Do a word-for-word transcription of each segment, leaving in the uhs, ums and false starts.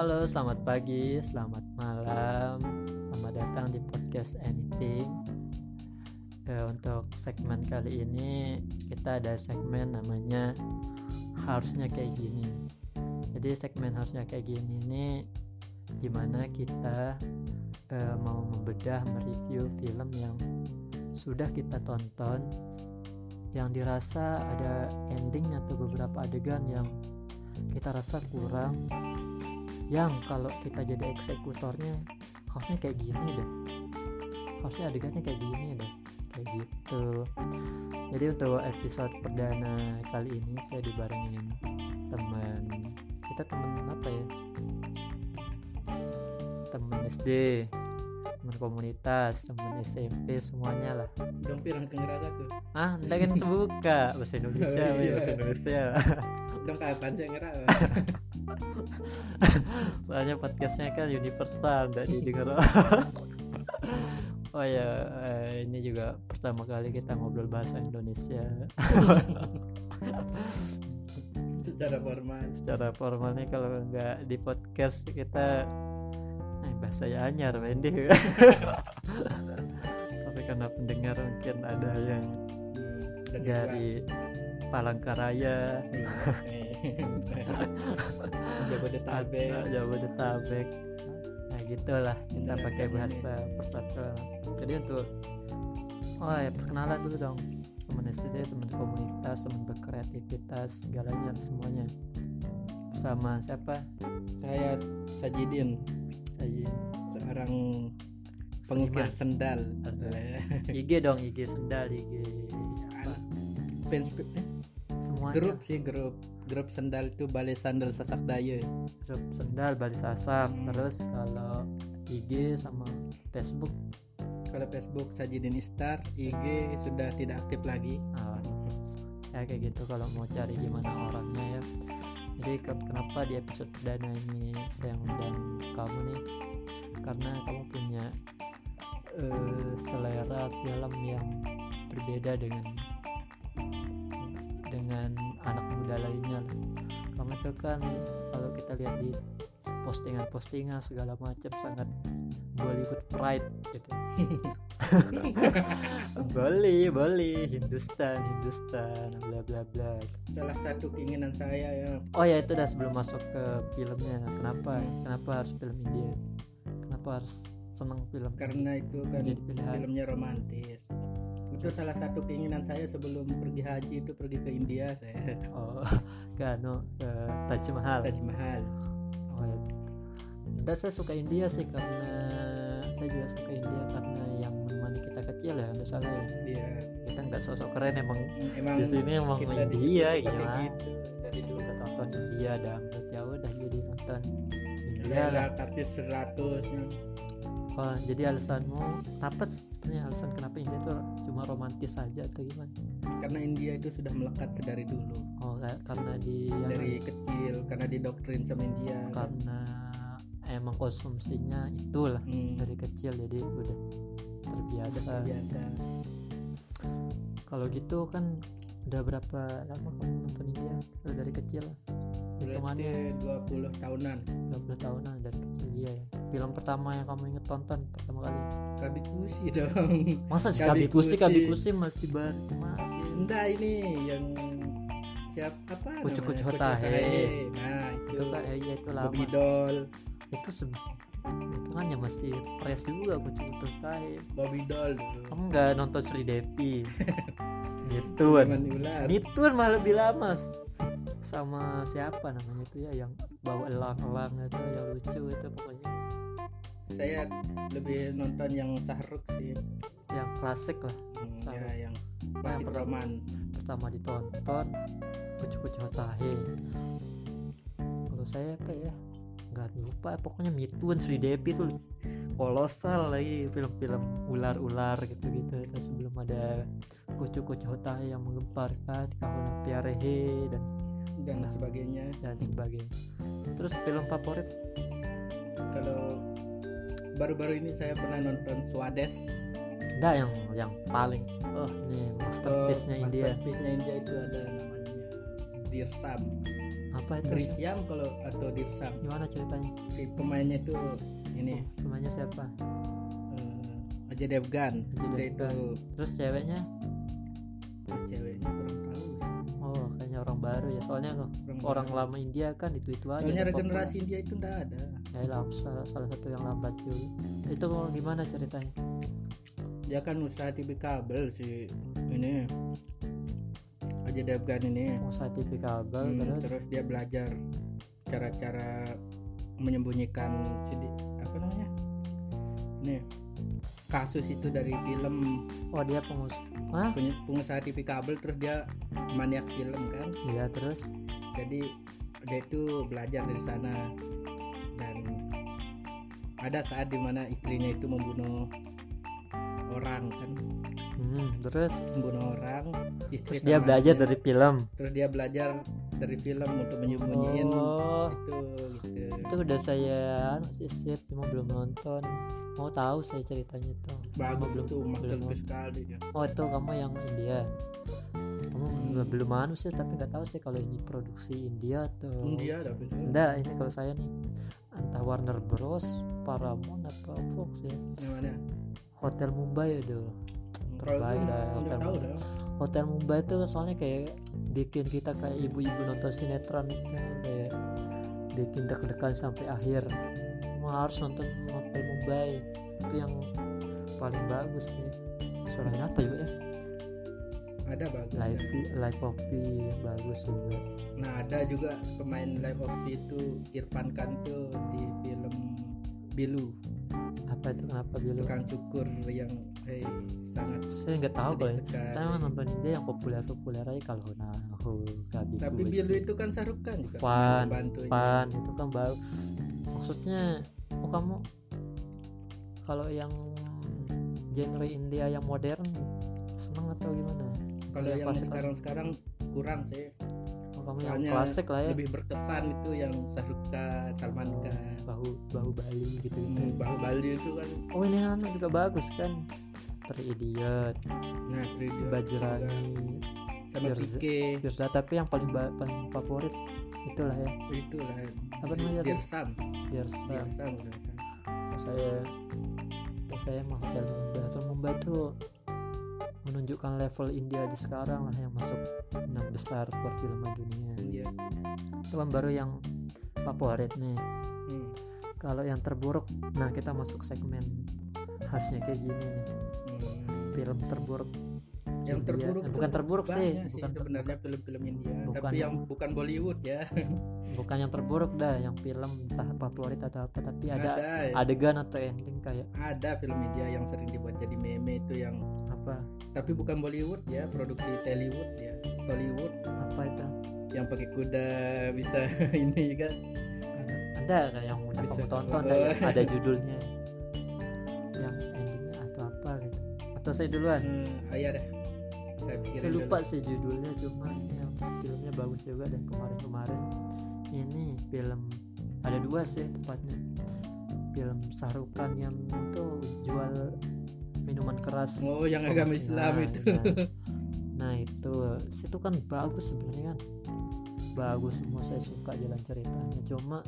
Halo, selamat pagi, selamat malam, selamat datang di podcast Anything. Eh, untuk segmen kali ini kita ada segmen namanya harusnya kayak gini. Jadi segmen harusnya kayak gini ini dimana kita eh, mau membedah, mereview film yang sudah kita tonton, yang dirasa ada ending atau beberapa adegan yang kita rasa kurang, yang kalau kita jadi eksekutornya harusnya kayak gini deh, harusnya adegannya kayak gini deh, kayak gitu. Jadi untuk episode perdana kali ini saya dibarengin teman kita, teman apa ya, teman S D, teman komunitas, teman S M P, semuanya lah. Dong pirang kengerasa tuh. Ah, enggak kan buka bahasa Indonesia, Oh, iya. bahasa Indonesia. Dong kapan saya ngira. Soalnya podcastnya kan universal, enggak didengar. Oh ya, eh, ini juga pertama kali kita ngobrol bahasa Indonesia. Secara formal. Secara formalnya kalau enggak di podcast kita eh, bahasa ya anyar mending. Tapi karena pendengar mungkin ada yang Hmm, dari Palangkaraya, Jabodetabek. ada Jabodetabek. Nah gitulah kita pakai bahasa persatuan. Jadi untuk oh ya perkenalan dulu dong, teman S D, teman komunitas, teman berkreativitas, segalanya semuanya. Bersama siapa? Saya Sajidin, Saya seorang pengukir sendal. I G dong, I G sendal, I G apa? Fans eh? Semuanya. Grup sih grup grup sendal itu Balai Sandal Sasak Daya. Grup sendal Bali Sasak. Hmm. Terus kalau I G sama Facebook, Kalau Facebook Sajidin Istar, I G sudah tidak aktif lagi. ah, ya kayak gitu kalau mau cari gimana orangnya ya. Jadi ke- kenapa di episode perdana ini saya undang kamu nih, karena kamu punya eh, selera film yang berbeda dengan dengan anak muda lainnya. Kamu itu kan kalau kita lihat di postingan-postingan segala macam sangat Bollywood pride gitu. Boleh, boleh, Hindustan, Hindustan, bla bla bla. Salah satu keinginan saya ya. Oh ya, itu dah sebelum masuk ke filmnya. Kenapa? Hmm. Kenapa harus film India? Kenapa harus seneng film? Karena itu kan Jadi pilihan. filmnya romantis. Itu salah satu keinginan saya sebelum pergi haji, itu pergi ke India saya. Oh, ke anu, ke Taj Mahal. Taj Mahal. Oh ya. Dan saya suka India sih karena saya juga suka India karena yang menemani kita kecil ya, nggak salah ya. Dia Kita nggak sosok keren emang. emang Di sini emang kita India, disuruh gila. pakai gitu dari dulu. Kita tonton India dangdut, ya udah jadi nonton India Rela lah. kartis seratus nya. Oh, jadi alasanmu apa sih sebenarnya, alasan kenapa India tuh cuma romantis saja atau gimana? Karena India itu sudah melekat sedari dulu, Oh, kayak karena di dari kecil, karena didoktrin sama India. karena emang konsumsinya itulah Hmm, dari kecil, jadi udah terbiasa. sudah terbiasa. Kalau gitu kan udah berapa lama kamu nonton India? Kalau dari kecil hitungannya Berarti dua puluh tahunan. dua puluh tahunan dari kecil dia ya. Film pertama yang kamu inget tonton pertama kali? Kabikusi dong. Masa sih Kabikusi. Kabikusi? Kabikusi masih baru kemarin. Enggak, ini yang siap apa Kucu-kucu namanya? Hotahe. Nah itu, Itu kan ya, iya itu lama. Bobby Doll. Itu se- hitungannya masih fresh juga kucu-kucu Hotahe. Bobby Doll dulu. Kamu nggak nonton Sri Devi? Gituan. Iman ular. Gituan malah lebih lama. Sama siapa namanya itu ya, yang bawa elang-elang itu yang lucu itu pokoknya. Saya lebih nonton yang Sahruk sih. Yang klasik lah. Hmm, Sahruk. ya yang klasik pertama. roman. Pertama ditonton kucu-kucu Hotahe. Kalau saya apa ya, nggak lupa, pokoknya Mituan, Sri Devi tuh kolosal lagi, film-film ular-ular gitu-gitu. Terus sebelum ada kucu-kucu Hotahe yang menggemparkan Kahuna Piarehe dan Dan Nah. sebagainya. dan sebagainya. Terus film favorit? Kalau baru-baru ini saya pernah nonton Swades. Enggak, yang yang paling oh ini masterpiece-nya India. Masterpiece-nya India itu ada namanya Dirsam. Apa itu? Drishyam kalau atau Dirsam. Gimana ceritanya? Si pemainnya itu ini Pemainnya siapa? uh, Ajay Devgan. Ajay Dia itu Devgan. Terus ceweknya? oh, ceweknya kurang tahu. Oh, kayaknya orang baru ya. Soalnya Orang, orang baru. lama India kan itu-itu aja. Soalnya K-pop. regenerasi India itu enggak ada. Ya, lam- salah, salah satu yang lambat juga. Itu gimana ceritanya? Dia kan usaha T V kabel si ini Ajay Devgan ini. Usaha T V kabel Hmm, terus, terus dia belajar cara-cara menyembunyikan si apa namanya nih kasus itu dari film. oh dia pengus Hah? Punya- pengusaha T V kabel, terus dia maniak film kan, Iya terus jadi dia itu belajar dari sana. Dan ada saat dimana istrinya itu membunuh orang kan, hmm, terus membunuh orang istri terus dia sama belajar anaknya. dari film. Terus dia belajar dari film untuk menyembunyiin Oh, itu gitu. itu udah saya anu sih sih, cuma belum nonton. Mau tahu saya ceritanya itu. Bagus Cuma belum- itu, belum masterpiece nonton. sekali ya. Oh itu kamu yang India. Kamu belum belum anu sih, tapi nggak tahu sih kalau ini produksi India atau India ada apa sih? Enggak, ini kalau saya nih entah Warner Bros, Paramount apa Fox ya. Yang mana? Hotel Mumbai aduh. Kalau Terbaik itu dah, nggak Hotel tahu Mumbai. dah. Hotel Mumbai itu soalnya kayak bikin kita kayak ibu-ibu nonton sinetron itu kayak bikin deg-degan sampai akhir. Cuma harus nonton Hotel Mumbai, itu yang paling bagus sih. Suaranya apa juga ya? Ada bagus. Live ya. live copy bagus juga. Nah ada juga pemain live opti itu Irfan Khan tuh di film Bilu, Apa itu kenapa bilang? tukang cukur yang hey, sangat. Saya nggak tahu sedih kalau sekali. saya nonton India yang populer-populer aja kalau Nahu, Gabi Tapi Bilu itu kan Shahrukh Khan juga Fan, bantunya. Fan itu kan baru. Maksudnya, oh kamu kalau yang genre India yang modern seneng atau gimana? Kalau yang klasik- sekarang-sekarang kurang sih. Oh, kamu yang Soalnya klasik lah ya, Lebih berkesan itu yang Shahrukh Khan, Salman Khan. bahu bahu Bali gitu gitu. Hmm, Bahu Bali itu kan. Oh ini anu juga bagus kan, Three Idiot, Nah, Three Idiot juga. Bajrani, Sama Firza. Pike. Firza, tapi yang paling ba- paling favorit itulah ya, Itulah. apa namanya? Dirsam. Firza. Dirsam. Dirsam. saya saya mah Hotel Mumbai. Hotel Mumbai tuh menunjukkan level India di sekarang lah, yang masuk enam besar perfilman dunia. Iya. Itu kan baru yang favorit nih. Hmm. Kalau yang terburuk, nah kita masuk segmen harusnya kayak gini nih, Hmm. film terburuk Yang India. terburuk Eh, tuh bukan terburuk sih, banyak sih bukan ter- sebenarnya film-film India, bukan. tapi yang bukan Bollywood ya. bukan yang terburuk dah, yang film entah favorit atau apa, tapi ada Ada ya. adegan atau ending kayak Ada film India yang sering dibuat jadi meme itu yang, apa tapi bukan Bollywood ya, produksi Tollywood ya, Tollywood apa itu. yang pakai kuda bisa ini kan. Ada kayak yang udah Bisa. kamu tonton, Oh. ada, ada judulnya yang endingnya atau apa gitu, atau saya duluan. Hmm, oh iya dah. Saya pikirin Saya lupa dulu. sih judulnya, cuma yang filmnya bagus juga. Dan kemarin-kemarin ini film ada dua sih tepatnya, film Shahrukh Khan yang tuh jual minuman keras. Oh, yang agama Nah, Islam itu. nah, nah itu situ kan bagus sebenarnya kan, bagus semua, saya suka jalan ceritanya. Cuma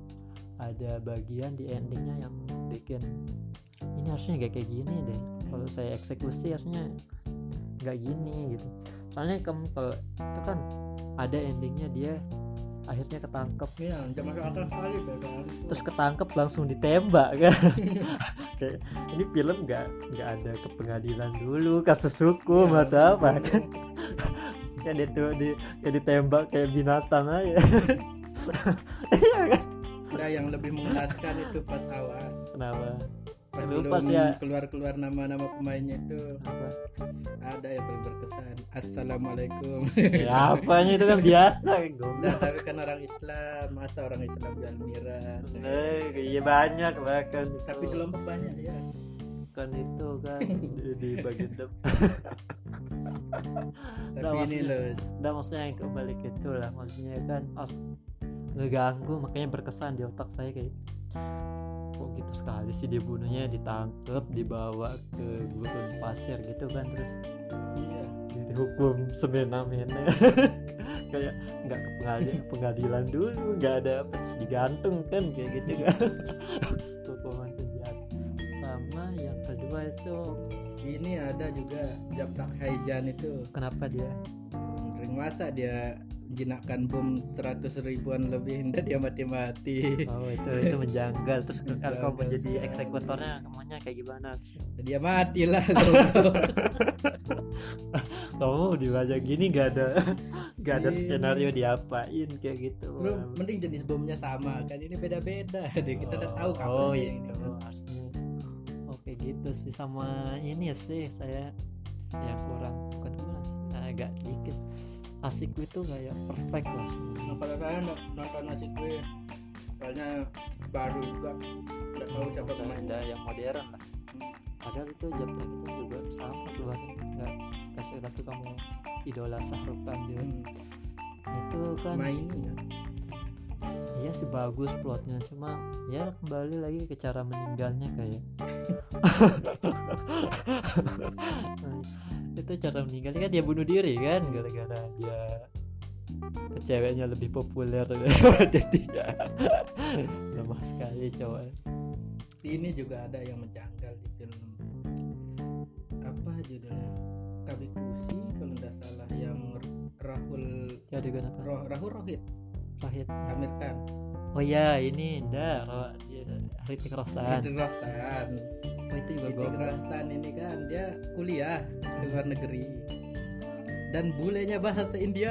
ada bagian di endingnya yang bikin ini harusnya gak kayak gini deh, kalau saya eksekusi harusnya nggak gini gitu. Soalnya kamu kalau itu kan ada endingnya dia akhirnya ketangkep, Iya, jangan masuk akal sekali tuh kan. terus ketangkep langsung ditembak kan. Kayak ini film nggak nggak ada ke pengadilan dulu, kasus hukum Ya, atau apa kan, kayak dia tuh di kayak ditembak kayak binatang aja. Iya kan. Ada yang lebih mengenaskan itu pas awal. Kenapa? Pas Lupa belum sih ya. keluar-keluar nama-nama pemainnya itu. Apa? Ada yang paling berkesan, Assalamualaikum. Ya apanya itu kan biasa goblok. Nah, tapi kan orang Islam, masa orang Islam jual miras. Eh, iya banyak bahkan itu. Tapi di Lombok banyak ya. kan itu kan di, di bagian depan. Tapi Nah, ini maksudnya- loh, Udah maksudnya yang kebalik itu lah, maksudnya kan os, ngeganggu, makanya berkesan di otak saya kayak kok gitu sekali sih dia bunuhnya, ditangkap dibawa ke gurun pasir gitu kan, terus iya. dihukum semena-mena. Kayak nggak pengadilan, pengadilan dulu, nggak ada apa terus digantung kan kayak gitu kan. Hukuman penjara. Sama yang kedua itu Ini ada juga Japtak Haijan itu. kenapa dia? Ring masa dia jinakkan bom seratus ribuan lebih, hendak dia mati-mati. Oh itu itu menjanggal. Terus kalau kamu Menjanggal jadi sekali. eksekutornya kamunya kayak gimana? Dia matilah. goblok. Kamu dibaca gini nggak ada nggak ada Ini. skenario diapain kayak gitu. Belum, mending jenis bomnya sama kan, ini beda-beda. Deh kita udah tahu kapan Oh dia itu ini kan. harusnya. Oke gitu sih, sama ini sih saya yang kurang bukan kurang sih, agak dikit. Asikku itu kayak perfect lah semuanya. Nah, kalau saya nggak nonton nasi kue, soalnya baru juga, nggak tahu siapa Ada pemainnya. yang modern lah. Padahal itu Japtak itu juga sama keluarnya, nggak kasih satu kamu idola Sahrukan juga. Hmm, Itu kan mainnya. iya sih bagus plotnya, cuma ya kembali lagi ke cara meninggalnya kayak itu cara meninggalnya kan dia bunuh diri kan gara-gara dia ceweknya lebih populer daripada dia. Lemah sekali cowok. Ini juga ada yang menjanggal di film, apa judulnya, Kabikusi kalau nggak salah, yang Rahul Ya adegan apa? Roh, Rahul Rohit Pahit. Amir Khan, Oh ya ini ndak Ro- dia Hrithik Roshan. Hrithik Roshan. Oh itu juga Hrithik gue. Roshan ini kan dia kuliah di luar negeri dan bulenya bahasa India.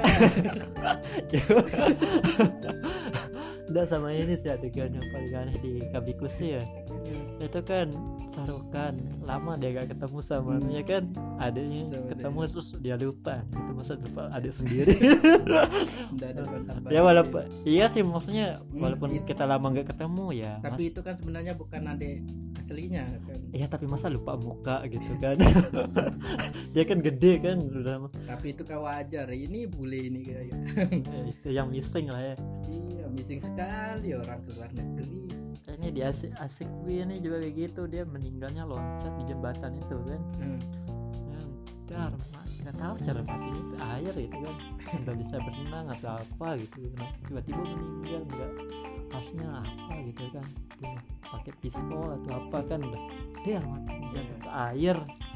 Ndak sama ini sih adegan yang paling aneh di Kabikusi ya. Itu kan Sahrukan lama dia gak ketemu sama Hmm. ya kan adiknya Sama ketemu adiknya. terus dia lupa itu masa lupa adik sendiri. Nggak ada kontak Ya batin. walaupun iya sih maksudnya Hmm, walaupun it- kita lama gak ketemu ya mas, Tapi itu kan sebenarnya bukan adik aslinya kan. iya tapi masa lupa muka gitu kan. Dia kan gede kan udah Tapi itu kan wajar. Ini bule ini kayak. ya, itu yang missing lah ya. Iya, missing sekali orang keluar negeri. Kayaknya di asik asik ini juga kayak gitu, dia meninggalnya loncat di jembatan itu kan. Hmm. Ntar nggak tahu cara matinya itu air gitu kan, nggak bisa berenang atau apa gitu. Nah, tiba-tiba meninggal nggak khasnya apa gitu kan, dia pakai pistol atau apa kan udah dia mati jatuh ke air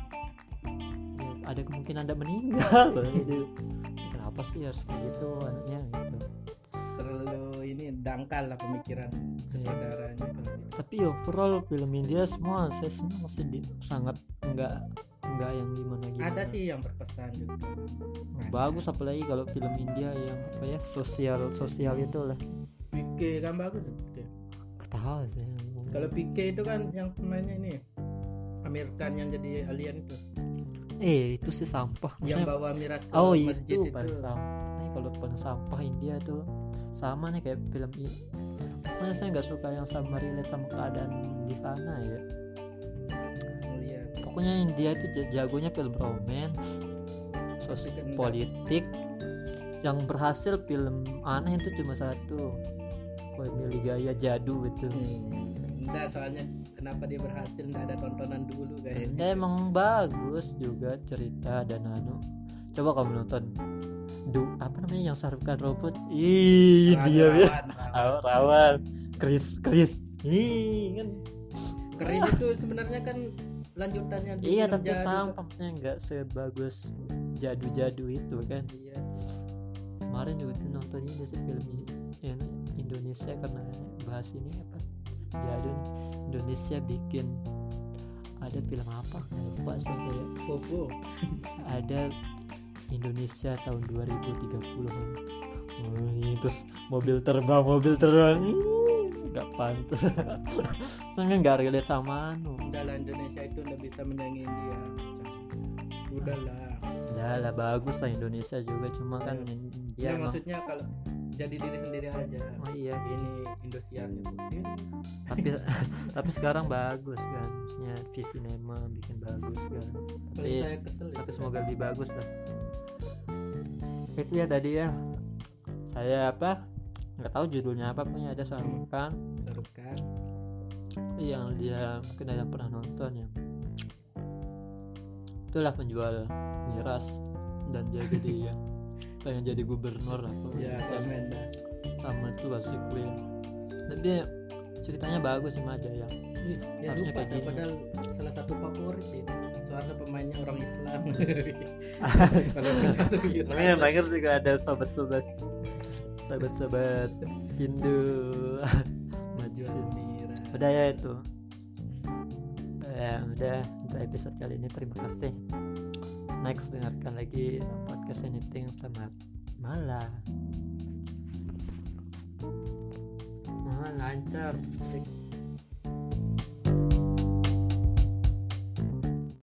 ya, ada kemungkinan anda meninggal gitu. Kenapa sih harus kayak gitu anaknya gitu. Terlalu ini dangkal lah pemikiran sutradaranya kalau gitu. Tapi overall film India semua saya senang masih di, sangat enggak enggak yang gimana gimana. Ada sih yang berpesan juga. Bagus apalagi kalau film India yang apa ya sosial sosial itu lah. P K kan bagus. P K. Ketawa sih. Kalau P K itu kan yang pemainnya ini Amir Khan yang jadi alien itu, Eh itu sih sampah. yang Maksudnya- bawa miras ke oh masjid itu itu. pan sampah. Nih kalau pan sampah India tuh sama nih kayak film ini. Makanya saya nggak suka yang sama relate sama keadaan di sana ya. Oh iya. Pokoknya India itu j- jagonya film romance, sos- Tapi kan enggak. politik. Yang berhasil film aneh itu cuma satu, Family Gaya Jadu gitu. Hmm. Enggak, soalnya kenapa dia berhasil, enggak ada tontonan dulu kayaknya. Dia emang bagus juga cerita dan anu. Coba kamu nonton Du apa namanya yang Shahrukh Khan robot. Ih, Rawan, dia ya. rawan, rawan. Rawan, rawan. Chris Chris. Ih, kan. Keris itu sebenarnya kan lanjutannya di Iya, film tapi Jadu. sampahnya nggak sebagus jadu-jadu itu kan. Iya sih. Kemarin juga tuh nonton ini sih film ini ya, Indonesia karena bahas ini apa jadu nih. Indonesia bikin ada film apa lupa saya kayak Bobo. ada Indonesia tahun dua ribu tiga puluh. Oh, ini terus mobil terbang mobil terbang Ih, nggak pantas. Soalnya nggak relate sama anu. Udah lah, Indonesia itu udah bisa menyanyi India. Udahlah. Udah lah bagus lah Indonesia juga cuma kan Ya, dia emang maksudnya kalau jadi diri sendiri aja. oh iya Ini Indosiar nyebutin. tapi tapi sekarang bagus kan maksudnya V Cinema bikin bagus kan Paling tapi saya kesel tapi itu. semoga lebih bagus lah. Itu ya tadi ya saya apa nggak tahu judulnya apa punya ada Shahrukh Khan Shahrukh Khan. yang dia mungkin ada yang pernah nonton ya, itulah penjual miras dan dia jadi yang pengen jadi gubernur apa Ya komen dah. sama tuh Basuki. Tapi ceritanya bagus sih Maja ya. Ih, ya Harusnya lupa kayak saya gini. padahal salah satu favorit sih. Soalnya pemainnya orang Islam. Kalau satu gitu. Tapi yang terakhir juga ada sobat-sobat sobat-sobat Hindu maju sih. Mira. Udah ya itu. Ya udah untuk episode kali ini, terima kasih. Next dengarkan lagi podcast Anything. Selamat malam. Nah, lancar.